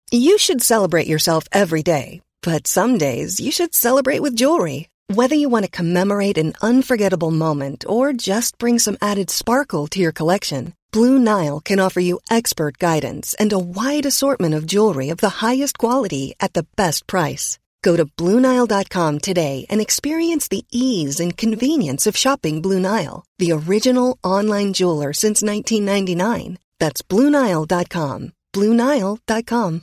You should celebrate yourself every day, but some days you should celebrate with jewelry. Whether you want to commemorate an unforgettable moment or just bring some added sparkle to your collection, Blue Nile can offer you expert guidance and a wide assortment of jewelry of the highest quality at the best price. Go to BlueNile.com today and experience the ease and convenience of shopping Blue Nile, the original online jeweler since 1999. That's BlueNile.com. BlueNile.com.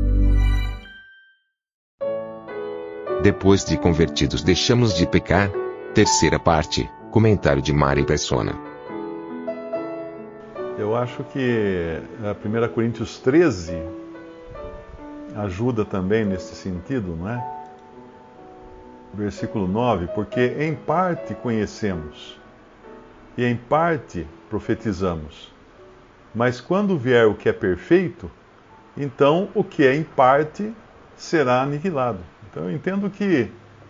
Depois de convertidos deixamos de pecar? Terceira parte, comentário de Mari Persona. Eu acho que a 1 Coríntios 13 ajuda também nesse sentido, não é? Versículo 9, porque em parte conhecemos e em parte profetizamos. Mas quando vier o que é perfeito, então o que é em parte será aniquilado. Então eu entendo que,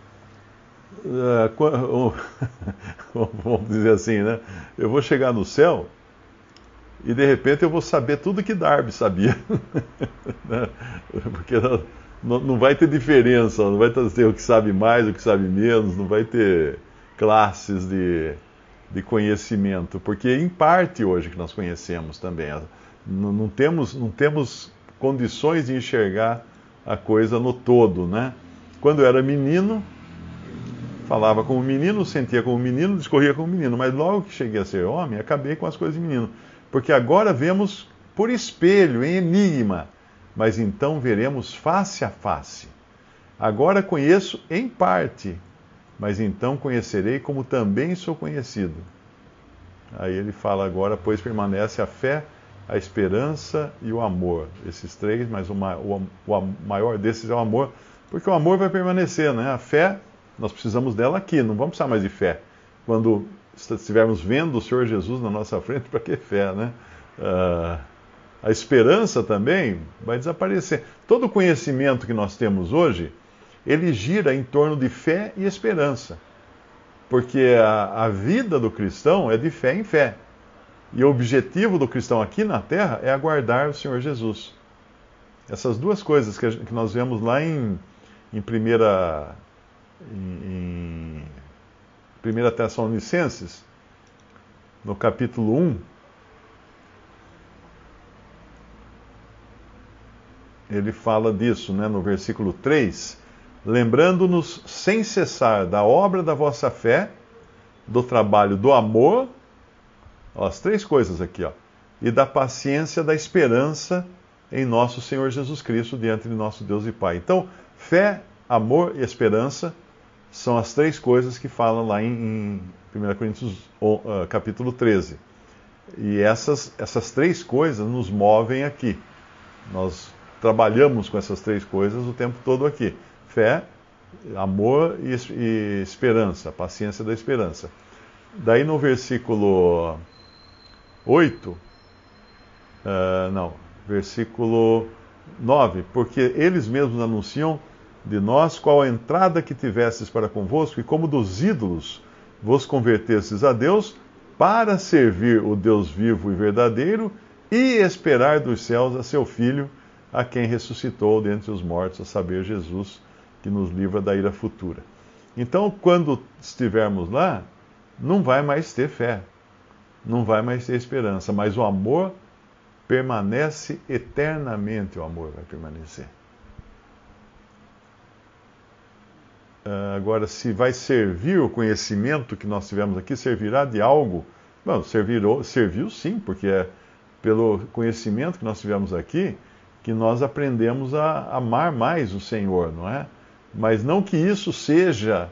vamos dizer assim, né? Eu vou chegar no céu e de repente eu vou saber tudo que Darby sabia. Porque não vai ter diferença, não vai ter o que sabe mais, o que sabe menos, não vai ter classes de conhecimento. Porque em parte hoje que nós conhecemos também. Não temos condições de enxergar a coisa no todo, né? Quando eu era menino, falava como menino, sentia como menino, discorria como menino. Mas logo que cheguei a ser homem, acabei com as coisas de menino. Porque agora vemos por espelho, em enigma, mas então veremos face a face. Agora conheço em parte, mas então conhecerei como também sou conhecido. Aí ele fala agora, pois permanece a fé, a esperança e o amor. Esses três, mas o maior desses é o amor, porque o amor vai permanecer, né? A fé, nós precisamos dela aqui, não vamos precisar mais de fé. Quando estivermos vendo o Senhor Jesus na nossa frente, para que fé, né? A esperança também vai desaparecer. Todo o conhecimento que nós temos hoje, ele gira em torno de fé e esperança. Porque a vida do cristão é de fé em fé. E o objetivo do cristão aqui na terra é aguardar o Senhor Jesus. Essas duas coisas que nós vemos lá em 1 Tessalonicenses, no capítulo 1, ele fala disso, né, no versículo 3, lembrando-nos sem cessar da obra da vossa fé, do trabalho do amor, ó, as três coisas aqui, ó, e da paciência da esperança em nosso Senhor Jesus Cristo, diante de nosso Deus e Pai. Então, fé, amor e esperança são as três coisas que falam lá em 1 Coríntios capítulo 13. E essas três coisas nos movem aqui. Nós trabalhamos com essas três coisas o tempo todo aqui. Fé, amor e esperança, paciência da esperança. Daí no versículo 8, versículo 9, porque eles mesmos anunciam de nós qual a entrada que tivestes para convosco, e como dos ídolos vos convertestes a Deus, para servir o Deus vivo e verdadeiro, e esperar dos céus a seu Filho, a quem ressuscitou dentre os mortos, a saber, Jesus, que nos livra da ira futura. Então, quando estivermos lá, não vai mais ter fé, não vai mais ter esperança, mas o amor permanece eternamente, o amor vai permanecer. Agora, se vai servir o conhecimento que nós tivemos aqui, servirá de algo? Bom, serviu sim, porque é pelo conhecimento que nós tivemos aqui que nós aprendemos a amar mais o Senhor, não é? Mas não que isso seja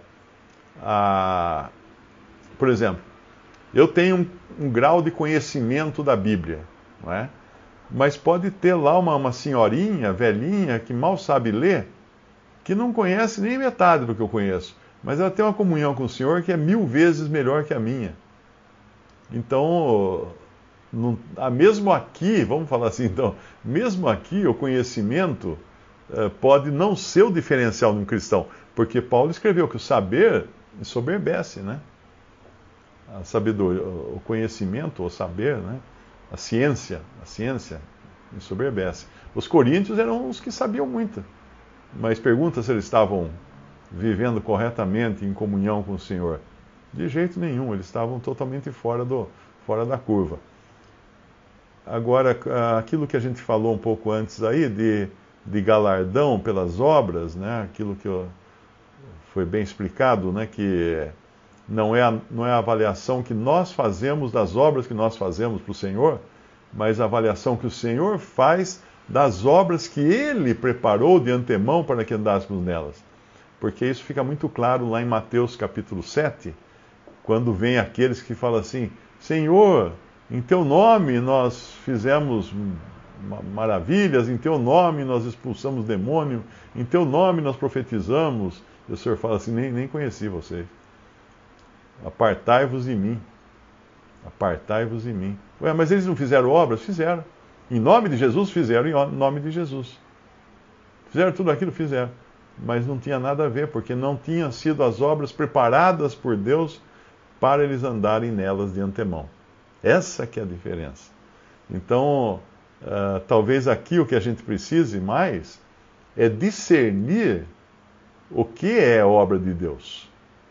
Por exemplo, eu tenho um grau de conhecimento da Bíblia, não é? Mas pode ter lá uma senhorinha, velhinha, que mal sabe ler, que não conhece nem metade do que eu conheço, mas ela tem uma comunhão com o Senhor que é 1000 vezes melhor que a minha. Então, mesmo aqui, vamos falar assim, então, mesmo aqui o conhecimento pode não ser o diferencial de um cristão, porque Paulo escreveu que o saber ensoberbece, né? A sabedoria, o conhecimento, o saber, né? A ciência ensoberbece. Os coríntios eram os que sabiam muito, mas pergunta se eles estavam vivendo corretamente em comunhão com o Senhor. De jeito nenhum, eles estavam totalmente fora da curva. Agora, aquilo que a gente falou um pouco antes aí, de galardão pelas obras, né? Aquilo que foi bem explicado, né? Que não é a avaliação que nós fazemos das obras que nós fazemos para o Senhor, mas a avaliação que o Senhor faz das obras que Ele preparou de antemão para que andássemos nelas. Porque isso fica muito claro lá em Mateus capítulo 7, quando vem aqueles que falam assim: Senhor, em Teu nome nós fizemos maravilhas, em Teu nome nós expulsamos demônio, em Teu nome nós profetizamos. E o Senhor fala assim: nem conheci vocês. Apartai-vos de mim. Apartai-vos de mim. Ué, mas eles não fizeram obras? Fizeram. Em nome de Jesus, fizeram em nome de Jesus. Fizeram tudo aquilo? Fizeram. Mas não tinha nada a ver, porque não tinham sido as obras preparadas por Deus para eles andarem nelas de antemão. Essa que é a diferença. Então, talvez aqui o que a gente precise mais é discernir o que é obra de Deus.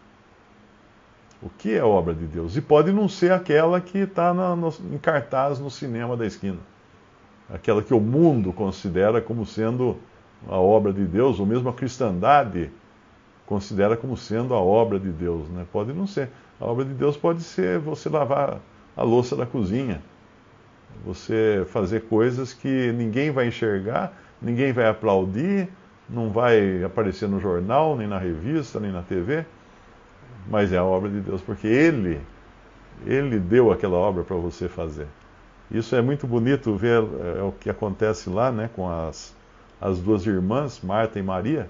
O que é obra de Deus? E pode não ser aquela que está em cartaz no cinema da esquina. Aquela que o mundo considera como sendo a obra de Deus, ou mesmo a cristandade considera como sendo a obra de Deus, né? Pode não ser. A obra de Deus pode ser você lavar a louça da cozinha, você fazer coisas que ninguém vai enxergar, ninguém vai aplaudir, não vai aparecer no jornal, nem na revista, nem na TV, mas é a obra de Deus, porque Ele deu aquela obra para você fazer. Isso é muito bonito ver o que acontece lá, né, com as duas irmãs, Marta e Maria.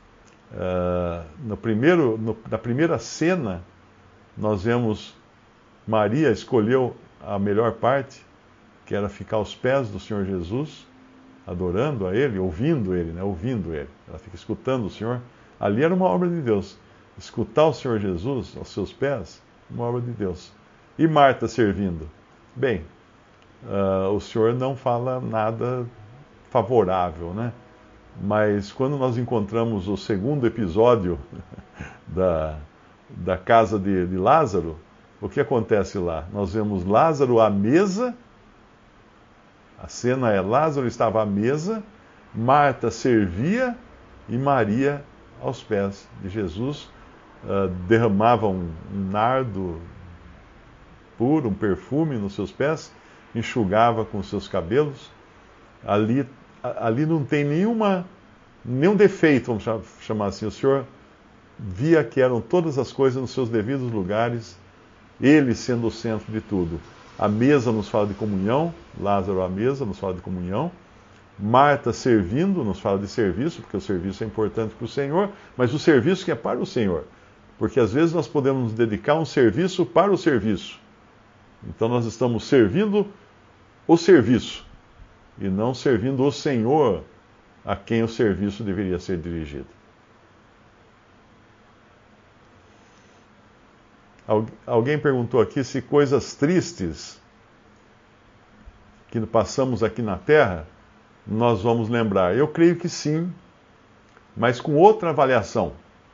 Na primeira cena, nós vemos Maria escolheu a melhor parte, que era ficar aos pés do Senhor Jesus, adorando a Ele, ouvindo Ele, né? Ouvindo Ele. Ela fica escutando o Senhor. Ali era uma obra de Deus. Escutar o Senhor Jesus aos seus pés, uma obra de Deus. E Marta servindo. Bem, o Senhor não fala nada favorável, né? Mas quando nós encontramos o segundo episódio da casa de Lázaro, o que acontece lá? Nós vemos Lázaro à mesa, a cena é Lázaro estava à mesa, Marta servia e Maria aos pés de Jesus, derramava um nardo puro, um perfume nos seus pés, enxugava com os seus cabelos. Ali não tem nenhum defeito, vamos chamar assim. O Senhor via que eram todas as coisas nos seus devidos lugares, Ele sendo o centro de tudo. A mesa nos fala de comunhão, Lázaro à mesa nos fala de comunhão, Marta servindo nos fala de serviço, porque o serviço é importante para o Senhor, mas o serviço que é para o Senhor. Porque às vezes nós podemos nos dedicar a um serviço para o serviço. Então nós estamos servindo o serviço, e não servindo o Senhor a quem o serviço deveria ser dirigido. Alguém perguntou aqui se coisas tristes que passamos aqui na Terra, nós vamos lembrar. Eu creio que sim, mas com outra avaliação.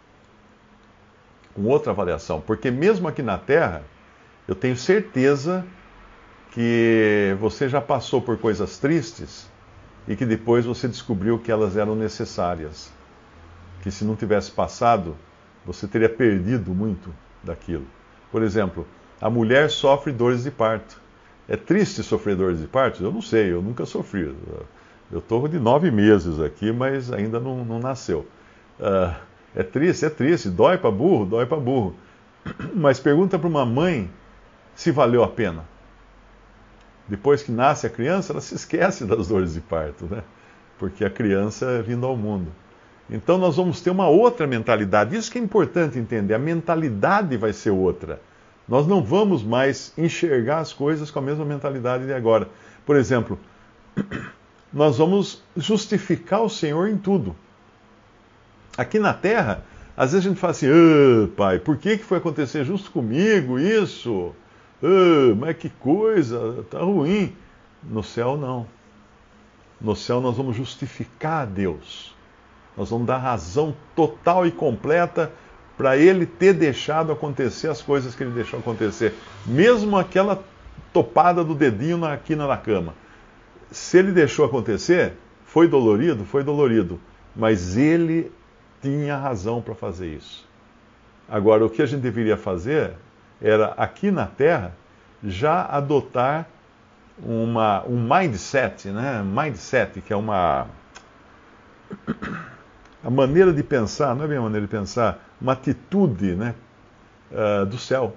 Com outra avaliação. Porque mesmo aqui na Terra, eu tenho certeza que você já passou por coisas tristes e que depois você descobriu que elas eram necessárias. Que se não tivesse passado, você teria perdido muito daquilo. Por exemplo, a mulher sofre dores de parto. É triste sofrer dores de parto? Eu não sei, eu nunca sofri. Eu estou de 9 meses aqui, mas ainda não nasceu. É triste, dói para burro, dói para burro. Mas pergunta para uma mãe se valeu a pena. Depois que nasce a criança, ela se esquece das dores de parto, né? Porque a criança é vindo ao mundo. Então nós vamos ter uma outra mentalidade. Isso que é importante entender. A mentalidade vai ser outra. Nós não vamos mais enxergar as coisas com a mesma mentalidade de agora. Por exemplo, nós vamos justificar o Senhor em tudo. Aqui na Terra, às vezes a gente fala assim: pai, por que foi acontecer justo comigo isso? Mas que coisa, tá ruim. No céu não. No céu nós vamos justificar a Deus. Nós vamos dar razão total e completa para Ele ter deixado acontecer as coisas que Ele deixou acontecer. Mesmo aquela topada do dedinho na quina da cama. Se Ele deixou acontecer, foi dolorido, mas Ele tinha razão para fazer isso. Agora, o que a gente deveria fazer era, aqui na Terra, já adotar um mindset, né? Mindset, que é a maneira de pensar, não é bem a maneira de pensar, uma atitude, né? Do céu.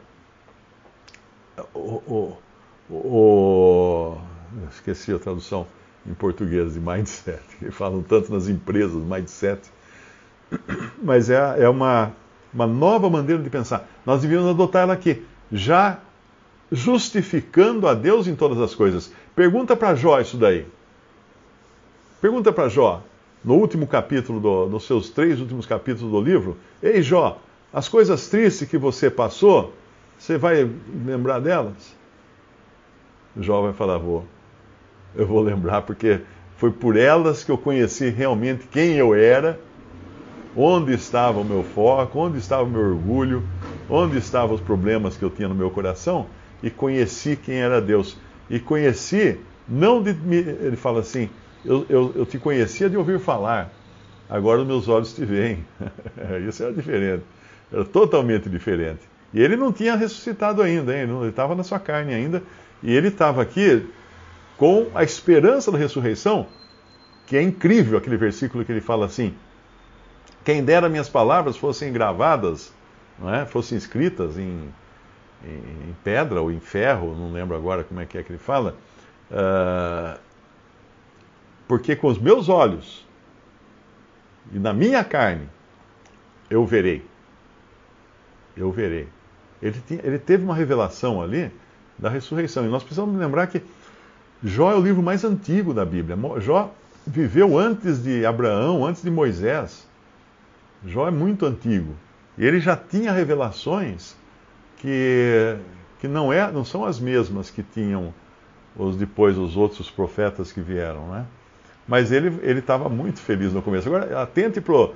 Esqueci a tradução em português de mindset, que falam tanto nas empresas, mindset. Mas é uma nova maneira de pensar. Nós devíamos adotar ela aqui, já justificando a Deus em todas as coisas. Pergunta para Jó isso daí. Pergunta para Jó, no último capítulo, nos seus 3 últimos capítulos do livro. Ei, Jó, as coisas tristes que você passou, você vai lembrar delas? Jó vai falar, eu vou lembrar, porque foi por elas que eu conheci realmente quem eu era, onde estava o meu foco, onde estava o meu orgulho, onde estavam os problemas que eu tinha no meu coração, e conheci quem era Deus. E conheci, não de ele fala assim, eu te conhecia de ouvir falar, agora os meus olhos te veem. Isso era diferente, era totalmente diferente. E ele não tinha ressuscitado ainda, ele estava na sua carne ainda, e ele estava aqui com a esperança da ressurreição, que é incrível aquele versículo que ele fala assim, quem dera minhas palavras fossem gravadas, não é? Fossem escritas em pedra ou em ferro, não lembro agora como é que ele fala, porque com os meus olhos e na minha carne eu verei. Eu verei. Ele teve uma revelação ali da ressurreição. E nós precisamos lembrar que Jó é o livro mais antigo da Bíblia. Jó viveu antes de Abraão, antes de Moisés. Jó é muito antigo. E ele já tinha revelações que não são as mesmas que tinham depois os outros profetas que vieram, né? Mas ele estava muito feliz no começo. Agora, atente para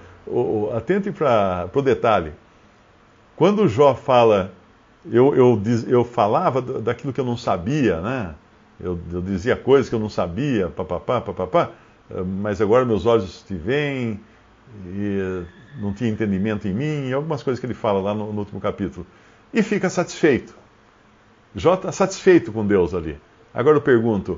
o detalhe. Quando Jó fala, eu falava daquilo que eu não sabia, né? Eu dizia coisas que eu não sabia, papapá, mas agora meus olhos te veem, e não tinha entendimento em mim, e algumas coisas que ele fala lá no último capítulo. E fica satisfeito. Jó está satisfeito com Deus ali. Agora eu pergunto,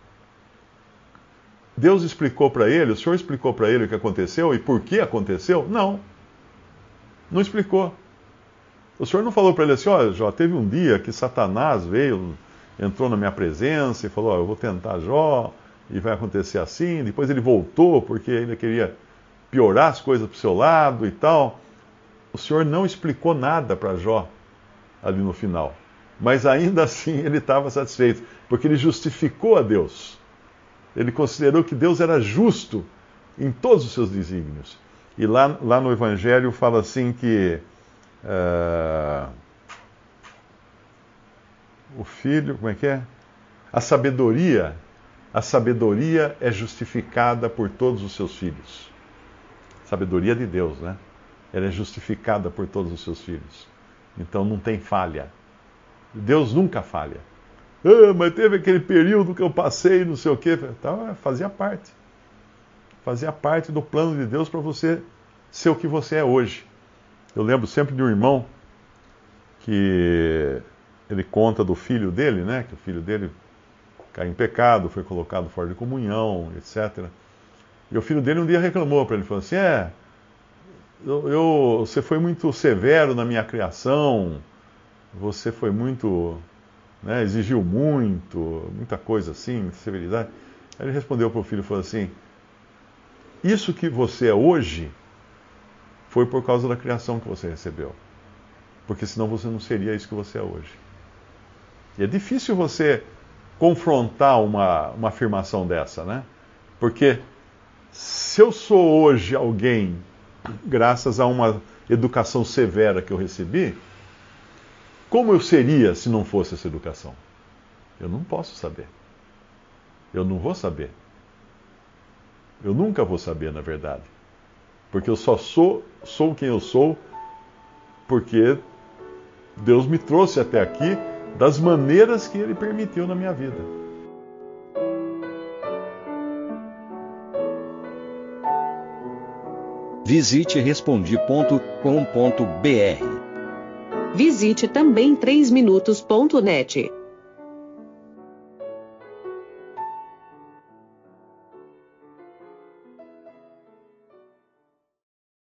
Deus explicou para ele, o Senhor explicou para ele o que aconteceu e por que aconteceu? Não. Não explicou. O Senhor não falou para ele assim, olha, Jó, teve um dia que Satanás entrou na minha presença e falou, eu vou tentar Jó, e vai acontecer assim. Depois ele voltou porque ele queria piorar as coisas para o seu lado e tal. O Senhor não explicou nada para Jó ali no final. Mas ainda assim ele estava satisfeito, porque ele justificou a Deus. Ele considerou que Deus era justo em todos os seus desígnios. E lá no Evangelho fala assim que o filho, como é que é? A sabedoria é justificada por todos os seus filhos. Sabedoria de Deus, né? Ela é justificada por todos os seus filhos. Então não tem falha. Deus nunca falha. Mas teve aquele período que eu passei, não sei o quê. Fazia parte. Fazia parte do plano de Deus para você ser o que você é hoje. Eu lembro sempre de um irmão que ele conta do filho dele, né? Que o filho dele caiu em pecado, foi colocado fora de comunhão, etc. E o filho dele um dia reclamou para ele, falou assim, você foi muito severo na minha criação, você foi muito, né, exigiu muita coisa assim, muita severidade. Aí ele respondeu para o filho e falou assim, isso que você é hoje foi por causa da criação que você recebeu. Porque senão você não seria isso que você é hoje. E é difícil você confrontar uma afirmação dessa, né? Porque se eu sou hoje alguém, graças a uma educação severa que eu recebi, como eu seria se não fosse essa educação? Eu não posso saber. Eu não vou saber. Eu nunca vou saber, na verdade. Porque eu só sou quem eu sou porque Deus me trouxe até aqui das maneiras que Ele permitiu na minha vida. Visite Respondi.com.br. Visite também 3minutos.net.